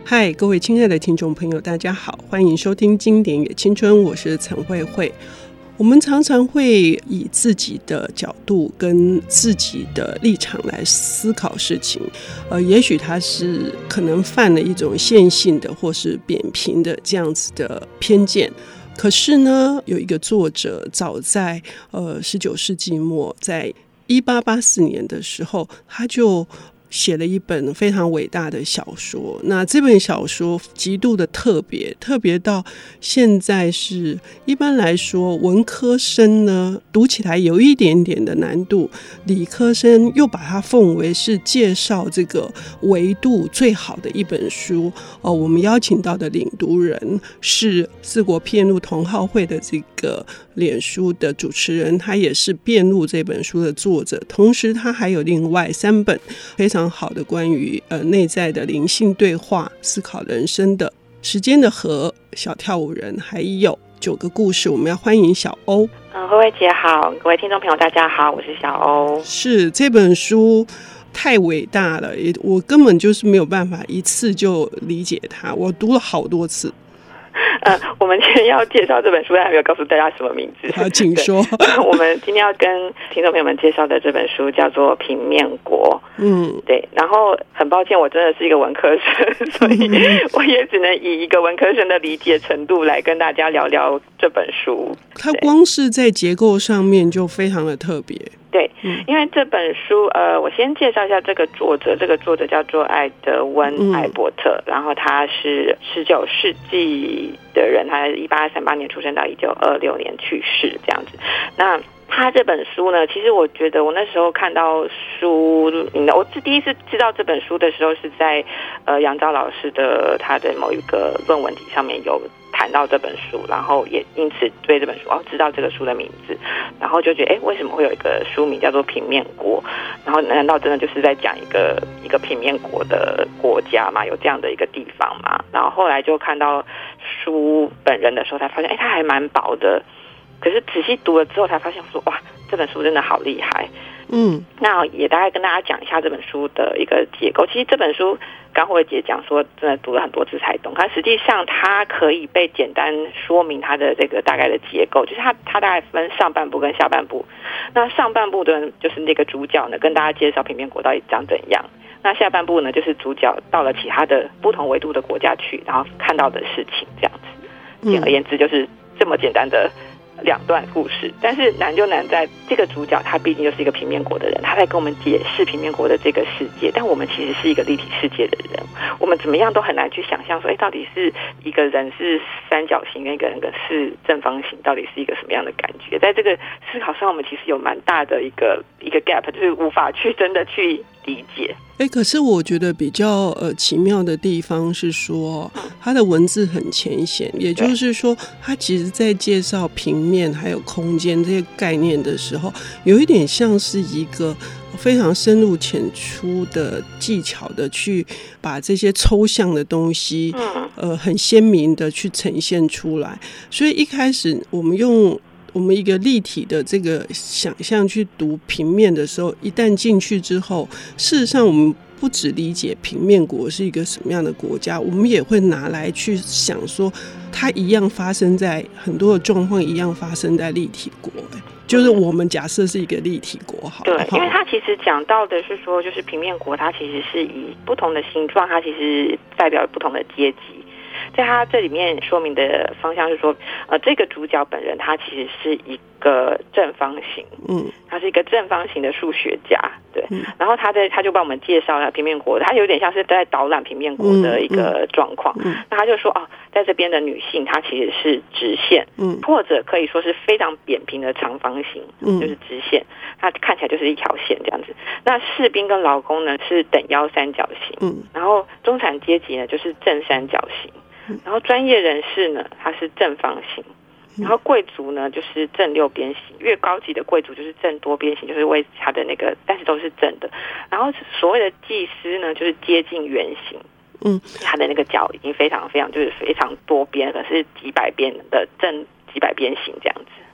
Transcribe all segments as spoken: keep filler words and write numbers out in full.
嗨，各位亲爱的听众朋友，大家好，欢迎收听经典也青春，我是陈慧慧。我们常常会以自己的角度跟自己的立场来思考事情，呃，也许他是可能犯了一种线性的或是扁平的这样子的偏见。可是呢，有一个作者早在呃十九世纪末，在一八八四年的时候，他就写了一本非常伟大的小说。那这本小说极度的特别，特别到现在是一般来说文科生呢读起来有一点点的难度，理科生又把它奉为是介绍这个维度最好的一本书。哦，我们邀请到的领读人是四国辩论同好会的这个脸书的主持人，他也是辩论这本书的作者，同时他还有另外三本非常好的关于呃内在的灵性对话、思考人生的时间的河、小跳舞人，还有九个故事。我们要欢迎小欧。 嗯，慧慧姐好，各位听众朋友大家好，我是小欧。 是，这本书太伟大了，我根本就是没有办法一次就理解它，我读了好多次。 呃，我们今天要介绍这本书，但还没有告诉大家什么名字。 好，请说。 我们今天要跟听众朋友们介绍的这本书叫做《平面国》。嗯，对。然后很抱歉，我真的是一个文科生，所以我也只能以一个文科生的理解程度来跟大家聊聊这本书。 它光是在结构上面就非常的特别。 对，因为这本书，呃，我先介绍一下这个作者。这个作者叫做艾德温·艾伯特，嗯、然后他是十九世纪的人，他一八三八年出生到一九二六年去世，这样子。那他这本书呢，其实我觉得我那时候看到书，我是第一次知道这本书的时候是在呃杨照老师的他的某一个论文题上面有谈到这本书，然后也因此对这本书哦知道这个书的名字，然后就觉得哎，为什么会有一个书名叫做平面国？然后难道真的就是在讲一个一个平面国的国家吗？有这样的一个地方吗？然后后来就看到书本人的时候，才发现哎，它还蛮薄的。可是仔细读了之后，才发现说哇，这本书真的好厉害。嗯，那也大概跟大家讲一下这本书的一个结构。其实这本书刚慧姐讲说，真的读了很多次才懂。它实际上它可以被简单说明它的这个大概的结构，就是它它大概分上半部跟下半部。那上半部的就是那个主角呢，跟大家介绍平面国到底长怎样。那下半部呢，就是主角到了其他的不同维度的国家去，然后看到的事情这样子。简而言之，就是这么简单的两段故事。但是难就难在这个主角他毕竟就是一个平面国的人，他在跟我们解释平面国的这个世界，但我们其实是一个立体世界的人，我们怎么样都很难去想象说，哎，到底是一个人是三角形跟一个人是正方形，到底是一个什么样的感觉？在这个思考上，我们其实有蛮大的一个一个 gap， 就是无法去真的去理解。 哎，可是我觉得比较呃奇妙的地方是说，它的文字很浅显，也就是说，它其实在介绍平面还有空间这些概念的时候，有一点像是一个非常深入浅出的技巧的去把这些抽象的东西，呃，很鲜明的去呈现出来。所以一开始我们用我们一个立体的这个想象去读平面的时候，一旦进去之后，事实上我们不只理解平面国是一个什么样的国家，我们也会拿来去想说，它一样发生在很多的状况一样发生在立体国，就是我们假设是一个立体国好了。 对，因为它其实讲到的是说，就是平面国它其实是以不同的形状，它其实代表不同的阶级。在他这里面说明的方向是说，呃，这个主角本人他其实是一个正方形，嗯，他是一个正方形的数学家，对，嗯、然后他在他就帮我们介绍了平面国，他有点像是在导览平面国的一个状况。嗯嗯、那他就说，哦，在这边的女性她其实是直线，嗯，或者可以说是非常扁平的长方形，嗯，就是直线，它看起来就是一条线这样子。那士兵跟劳工呢是等腰三角形，嗯，然后中产阶级呢就是正三角形。然后专业人士呢，他是正方形，然后贵族呢就是正六边形，越高级的贵族就是正多边形，就是为他的那个，但是都是正的。然后所谓的祭司呢，就是接近圆形，嗯，他的那个角已经非常非常就是非常多边，可是几百边的正几百边形这样子。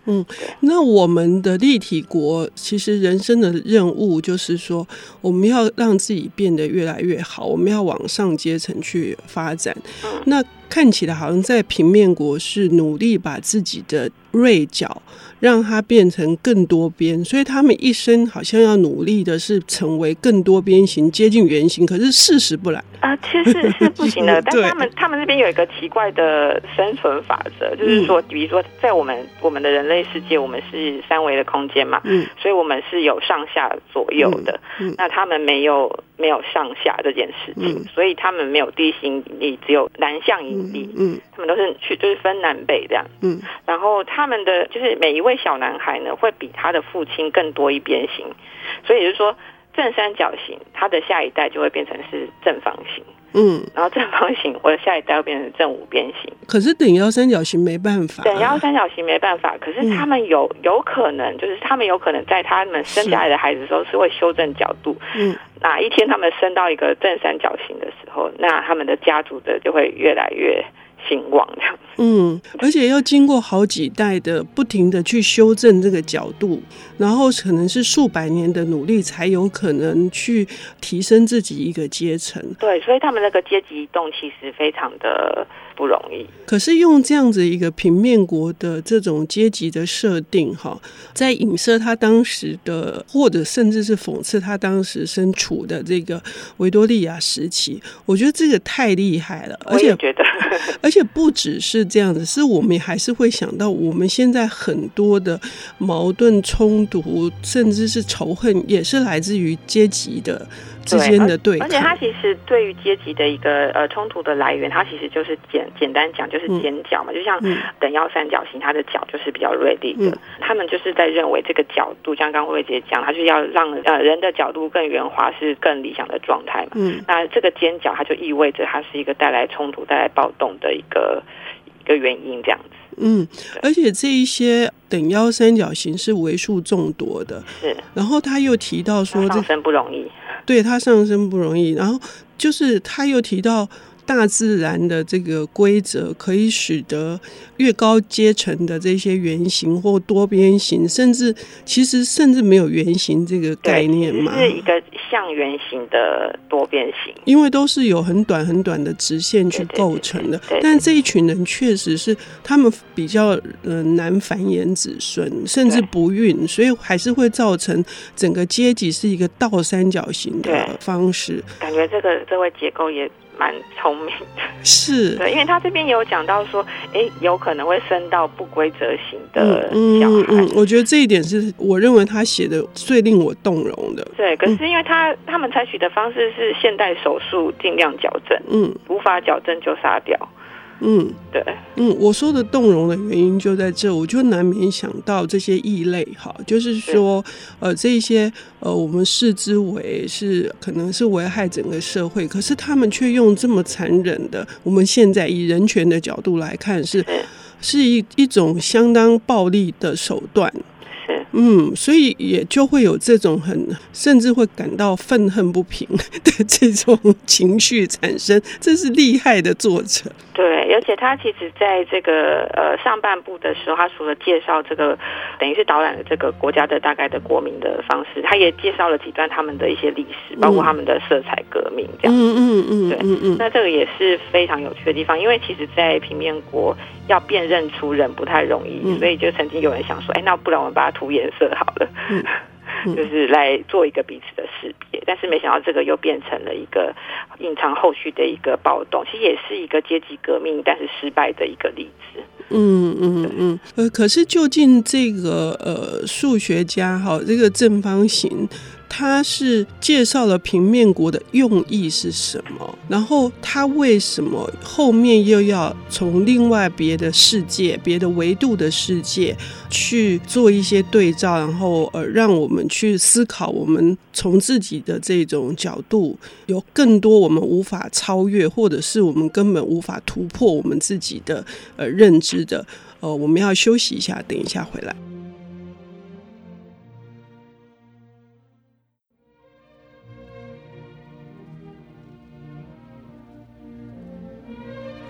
嗯，那我们的立体国其实人生的任务就是说，我们要让自己变得越来越好，我们要往上阶层去发展。 嗯、 那看起来好像在平面国是努力把自己的锐角让它变成更多边，所以他们一生好像要努力的是成为更多边形，接近圆形，可是事实不然啊、呃，其实是不行的。但是他们他们这边有一个奇怪的生存法则，就是说，比如说在我们我们的人类世界，我们是三维的空间嘛，嗯，所以我们是有上下左右的。嗯，那他们没有没有上下这件事情，嗯、所以他们没有地心引力，只有南向引力。嗯，他们都是去就是分南北这样。嗯，然后他们的就是每一位小男孩呢，会比他的父亲更多一边形，所以也就是说正三角形，他的下一代就会变成是正方形。嗯，然后正方形，我的下一代会变成正五边形。 可是等腰三角形没办法、啊， 等腰三角形没办法。可是他们有、嗯、有可能，就是他们有可能在他们生下来的孩子的时候是会修正角度。嗯，哪一天他们生到一个正三角形的时候，那他们的家族的就会越来越兴旺这样子。 嗯，而且要经过好几代的不停的去修正这个角度，然后可能是数百年的努力才有可能去提升自己一个阶层。 对，所以他们那个阶级移动其实非常的不容易。 可是用这样子一个平面国的这种阶级的设定，在影射他当时的，或者甚至是讽刺他当时身处的这个维多利亚时期，我觉得这个太厉害了。 我也觉得， 而且不只是这样子，是我们还是会想到我们现在很多的矛盾冲突，甚至是仇恨，也是来自于阶级的之间的对抗。 而且它其实对于阶级的一个呃冲突的来源，它其实就是简简单讲就是尖角嘛，嗯、就像等腰三角形，它的角就是比较锐利的。嗯、他们就是在认为这个角度，像刚刚慧姐讲，它就要让呃人的角度更圆滑是更理想的状态嘛。嗯、那这个尖角它就意味着它是一个带来冲突、带来暴动的一个一个原因，这样子。 嗯，而且这一些等腰三角形是为数众多的， 是。 然后他又提到说， 上升不容易， 对，他上升不容易。然后就是他又提到大自然的这个规则可以使得越高阶层的这些圆形或多边形，甚至其实甚至没有圆形这个概念嘛， 是一个像圆形的多边形， 因为都是有很短很短的直线去构成的。对对对对，但这一群人确实是他们比较呃难繁衍子孙，甚至不孕，所以还是会造成整个阶级是一个倒三角形的方式。 感觉这个这位结构也蛮聪明的， 是对，因为他这边也有讲到说，哎，有可能会生到不规则型的小孩。 嗯嗯嗯，我觉得这一点是我认为他写的最令我动容的。 对，可是因为他、嗯、他们采取的方式是现代手术尽量矫正，嗯，无法矫正就杀掉。嗯，对， 嗯，我说的动容的原因就在这，我就难免想到这些异类，哈，就是说，呃，这一些呃，我们视之为是可能是危害整个社会，可是他们却用这么残忍的，我们现在以人权的角度来看是，是是一一种相当暴力的手段。嗯，所以也就会有这种很甚至会感到愤恨不平的这种情绪产生，这是厉害的作者。 对，而且他其实在这个呃上半部的时候，他除了介绍这个等于是导览了这个国家的大概的国民的方式，他也介绍了几段他们的一些历史，包括他们的色彩革命这样子。嗯嗯嗯，对，嗯嗯，那这个也是非常有趣的地方，因为其实在平面国要辨认出人不太容易，嗯、所以就曾经有人想说，哎，那不然我们把它涂颜色好了。嗯就是来做一个彼此的识别，但是没想到这个又变成了一个隐藏后续的一个暴动，其实也是一个阶级革命但是失败的一个例子。 嗯嗯嗯，呃，可是究竟这个呃数学家哈，这个正方形，他是介绍了平面国的用意是什么？然后他为什么后面又要从另外别的世界、别的维度的世界去做一些对照，然后呃让我们去思考，我们从自己的这种角度有更多我们无法超越，或者是我们根本无法突破我们自己的呃认知的。呃，我们要休息一下，等一下回来。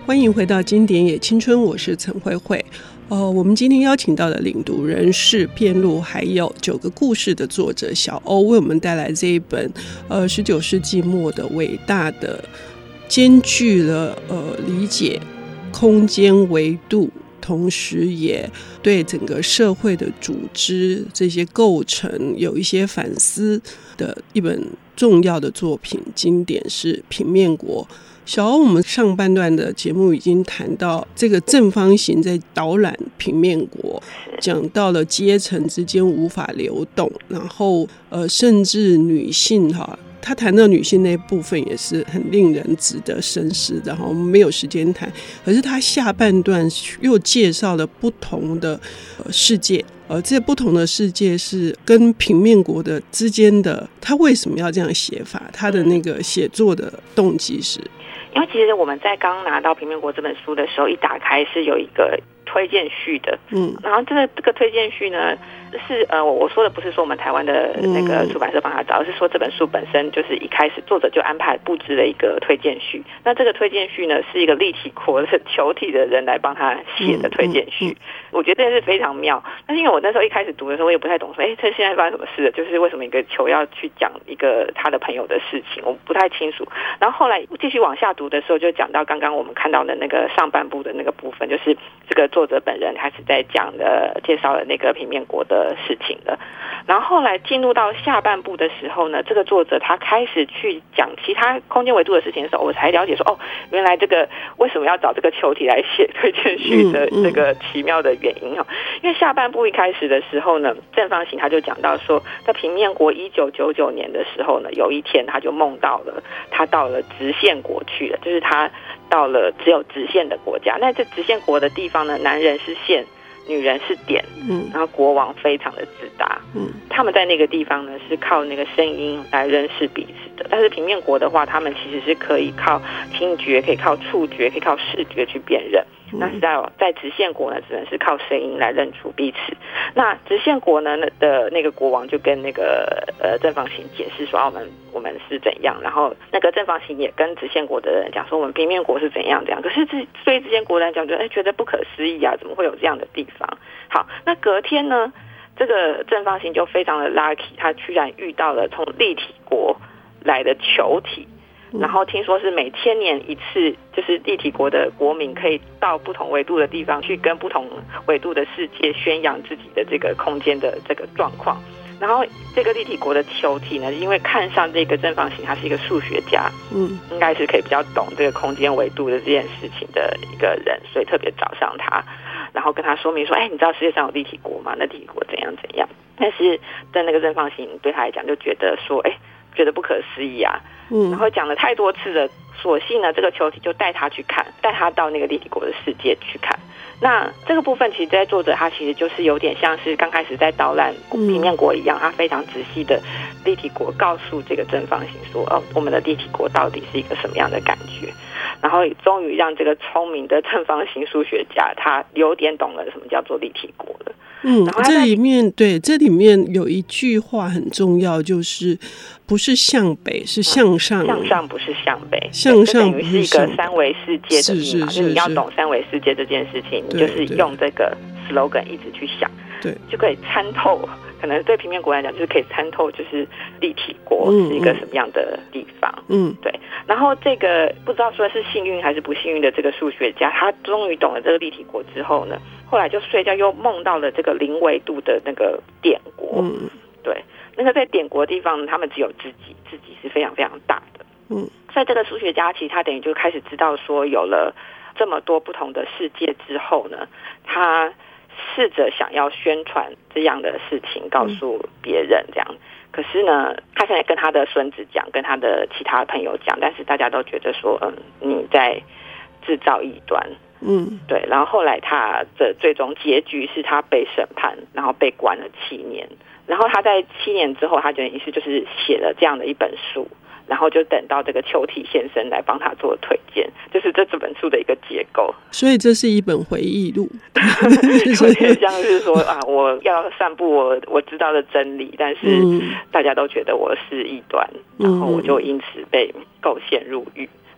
欢迎回到经典也青春，我是陈慧慧。呃，我们今天邀请到的领读人是遍路还有九个故事的作者小欧，为我们带来这一本呃十九世纪末的伟大的，兼具了呃理解空间维度，同时也对整个社会的组织这些构成有一些反思的一本重要的作品。经典是平面国。小欧，我们上半段的节目已经谈到这个正方形在导览平面国，讲到了阶层之间无法流动，然后呃，甚至女性哈，他谈到女性那部分也是很令人值得深思的哈。我们没有时间谈，可是他下半段又介绍了不同的、呃、世界。呃，这不同的世界是跟平面国的之间的，他为什么要这样写法？他的那个写作的动机是？ 因为其实我们在刚拿到《平面国》这本书的时候，一打开是有一个推荐序的，嗯，然后这个这个推荐序呢，是呃，我我说的不是说我们台湾的那个出版社帮他找，而是说这本书本身就是一开始作者就安排布置了一个推荐序。那这个推荐序呢，是一个立体国的球体的人来帮他写的推荐序，嗯嗯嗯、我觉得这是非常妙。但是因为我那时候一开始读的时候，我也不太懂说，哎，这现在发生什么事了？就是为什么一个球要去讲一个他的朋友的事情，我不太清楚。然后后来继续往下读的时候，就讲到刚刚我们看到的那个上半部的那个部分，就是这个作者本人开始在讲的介绍了那个平面国的事情了。然后后来进入到下半部的时候呢，这个作者他开始去讲其他空间维度的事情的时候，我才了解说，哦，原来这个为什么要找这个球体来写推荐序的这个奇妙的原因。因为下半部一开始的时候呢，正方形他就讲到说，在平面国一九九九年的时候呢，有一天他就梦到了他到了直线国去了，就是他到了只有直线的国家。那这直线国的地方呢，男人是线，女人是点，嗯，然后国王非常的自大，嗯，他们在那个地方呢是靠那个声音来认识彼此的。但是平面国的话，他们其实是可以靠听觉，可以靠触觉，可以靠视觉去辨认。那是在在直线国呢，只能是靠声音来认出彼此。那直线国呢的那个国王就跟那个呃正方形解释说，啊、我们我们是怎样，然后那个正方形也跟直线国的人讲说，我们平面国是怎样怎样。可是对直线国的人讲，就哎觉得不可思议啊，怎么会有这样的地方？好，那隔天呢，这个正方形就非常的 lucky， 他居然遇到了从立体国来的球体。然后听说是每千年一次，就是立体国的国民可以到不同维度的地方去跟不同维度的世界宣扬自己的这个空间的这个状况。然后这个立体国的球体呢，因为看上这个正方形，他是一个数学家，嗯，应该是可以比较懂这个空间维度的这件事情的一个人，所以特别找上他，然后跟他说明说，哎，你知道世界上有立体国吗？那立体国怎样怎样？但是在那个正方形对他来讲，就觉得说，哎，觉得不可思议啊。嗯，然后讲了太多次了，索性呢，这个球体就带他去看，带他到那个立体国的世界去看。那这个部分其实在作者他其实就是有点像是刚开始在导览平面国一样，他非常仔细的立体国告诉这个正方形说，哦，我们的立体国到底是一个什么样的感觉。然后终于让这个聪明的正方形数学家他有点懂了什么叫做立体国了。 嗯，这里面对这里面有一句话很重要，就是不是向北，是向上。嗯、向上不是向北， 向上不是一个三维世界的密码。就是你要懂三维世界这件事情，你就是用这个 slogan 一直去想，对，就可以参透。可能对平面国来讲，就是可以参透，就是立体国是一个什么样的地方。嗯，对。然后这个不知道说是幸运还是不幸运的这个数学家，他终于懂了这个立体国之后呢，后来就睡觉又梦到了这个零维度的那个点国。嗯，对。那个在点国的地方，他们只有自己，自己是非常非常大的。嗯，所以这个数学家其实他等于就开始知道说，有了这么多不同的世界之后呢，他试着想要宣传这样的事情告诉别人这样，可是呢他现在跟他的孙子讲，跟他的其他朋友讲，但是大家都觉得说嗯你在制造异端。嗯，对。然后后来他的最终结局是他被审判，然后被关了七年，然后他在七年之后他等于是就是写了这样的一本书，然后就等到这个球体先生来帮他做推荐，就是这这本书的一个结构。 所以这是一本回忆录， 有点像是说啊，我要散布我我知道的真理，但是大家都觉得我是异端，然后我就因此被构陷入狱。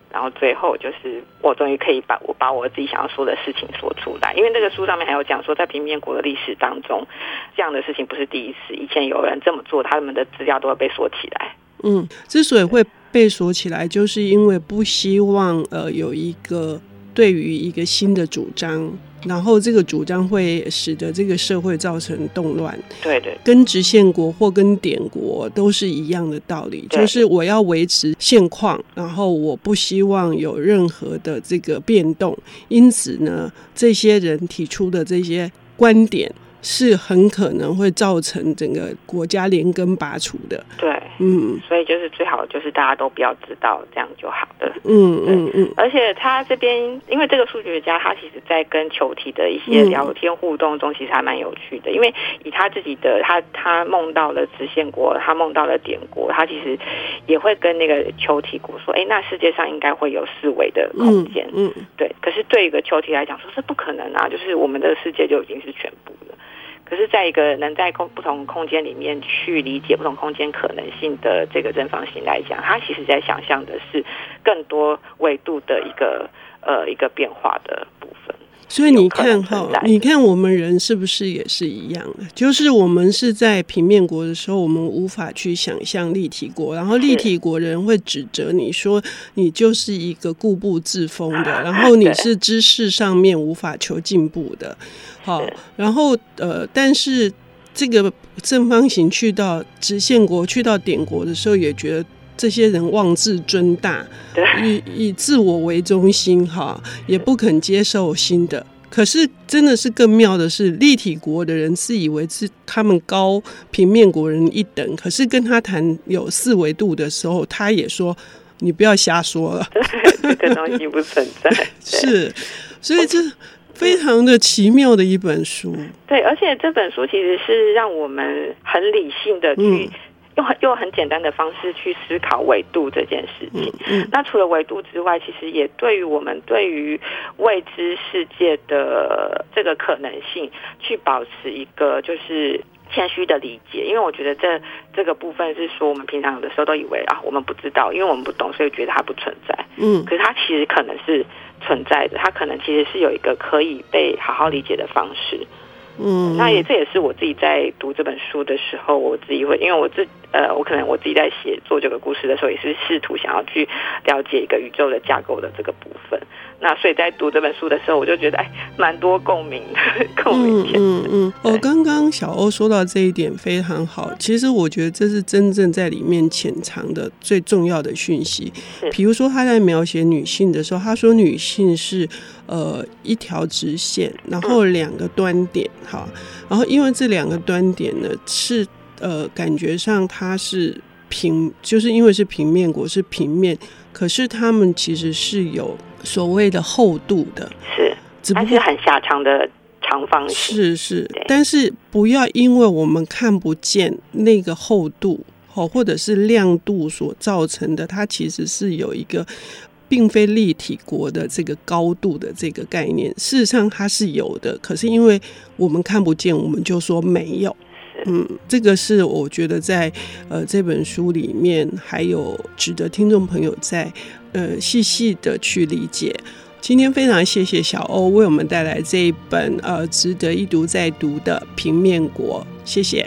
然后最后就是我终于可以把我把我自己想要说的事情说出来。因为这个书上面还有讲说，在平面国的历史当中，这样的事情不是第一次，以前有人这么做，他们的资料都会被锁起来。 嗯，之所以会被锁起来，就是因为不希望呃有一个对于一个新的主张，然后这个主张会使得这个社会造成动乱。 对对， 跟直线国或跟典国都是一样的道理，就是我要维持现况，然后我不希望有任何的这个变动。因此呢，这些人提出的这些观点是很可能会造成整个国家连根拔除的。 对，嗯，所以就是最好就是大家都不要知道，这样就好了。嗯嗯嗯。而且他这边，因为这个数学家他其实在跟球体的一些聊天互动中，其实还蛮有趣的。因为以他自己的，他他梦到了直线国，他梦到了典国，他其实也会跟那个球体国说，哎，那世界上应该会有四维的空间。嗯，嗯对。可是对一个球体来讲说，这不可能啊，就是我们的世界就已经是全部了。可是在一个能在不同空间里面去理解不同空间可能性的这个正方形来讲，它其实在想象的是更多维度的一个呃一个变化的部分。 所以你看哈，你看我们人是不是也是一样的？就是我们是在平面国的时候，我们无法去想象立体国，然后立体国人会指责你说你就是一个固步自封的，然后你是知识上面无法求进步的。好，然后呃，但是这个正方形去到直线国、去到典国的时候，也觉得这些人妄自尊大，以以自我为中心，哈，也不肯接受新的。可是真的是更妙的是，立体国的人自以为是他们高平面国人一等，可是跟他谈有四维度的时候，他也说你不要瞎说了， 这个东西不存在。 是，所以这非常的奇妙的一本书。 对，而且这本书其实是让我们很理性的去、嗯用很用很简单的方式去思考纬度这件事情。嗯嗯、那除了纬度之外，其实也对于我们对于未知世界的这个可能性，去保持一个就是谦虚的理解。因为我觉得这这个部分是说，我们平常有的时候都以为啊，我们不知道，因为我们不懂，所以觉得它不存在。嗯，可是它其实可能是存在的，它可能其实是有一个可以被好好理解的方式。嗯，那也这也是我自己在读这本书的时候，我自己会，因为我自呃，我可能我自己在写做这个故事的时候，也是试图想要去了解一个宇宙的架构的这个部分。那所以在读这本书的时候，我就觉得哎，蛮多共鸣的，共鸣点。嗯嗯嗯。哦，刚刚小欧说到这一点非常好，其实我觉得这是真正在里面潜藏的最重要的讯息。比如说他在描写女性的时候，他说女性是呃一条直线，然后两个端点，好，然后因为这两个端点呢是呃感觉上它是平，就是因为是平面国是平面，可是他们其实是有所谓的厚度的， 是，它是很狭长的长方形， 是是，但是不要因为我们看不见那个厚度或者是亮度所造成的，它其实是有一个并非立体国的这个高度的这个概念，事实上它是有的，可是因为我们看不见，我们就说没有。嗯，这个是我觉得在呃这本书里面还有值得听众朋友在呃细细的去理解。今天非常谢谢小欧为我们带来这一本呃值得一读再读的平面国，谢谢。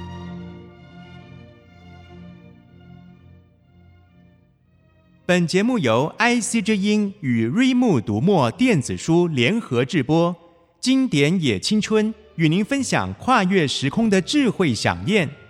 本节目由 I C 之音与瑞木读墨电子书联合制播，经典也青春与您分享跨越时空的智慧饗宴。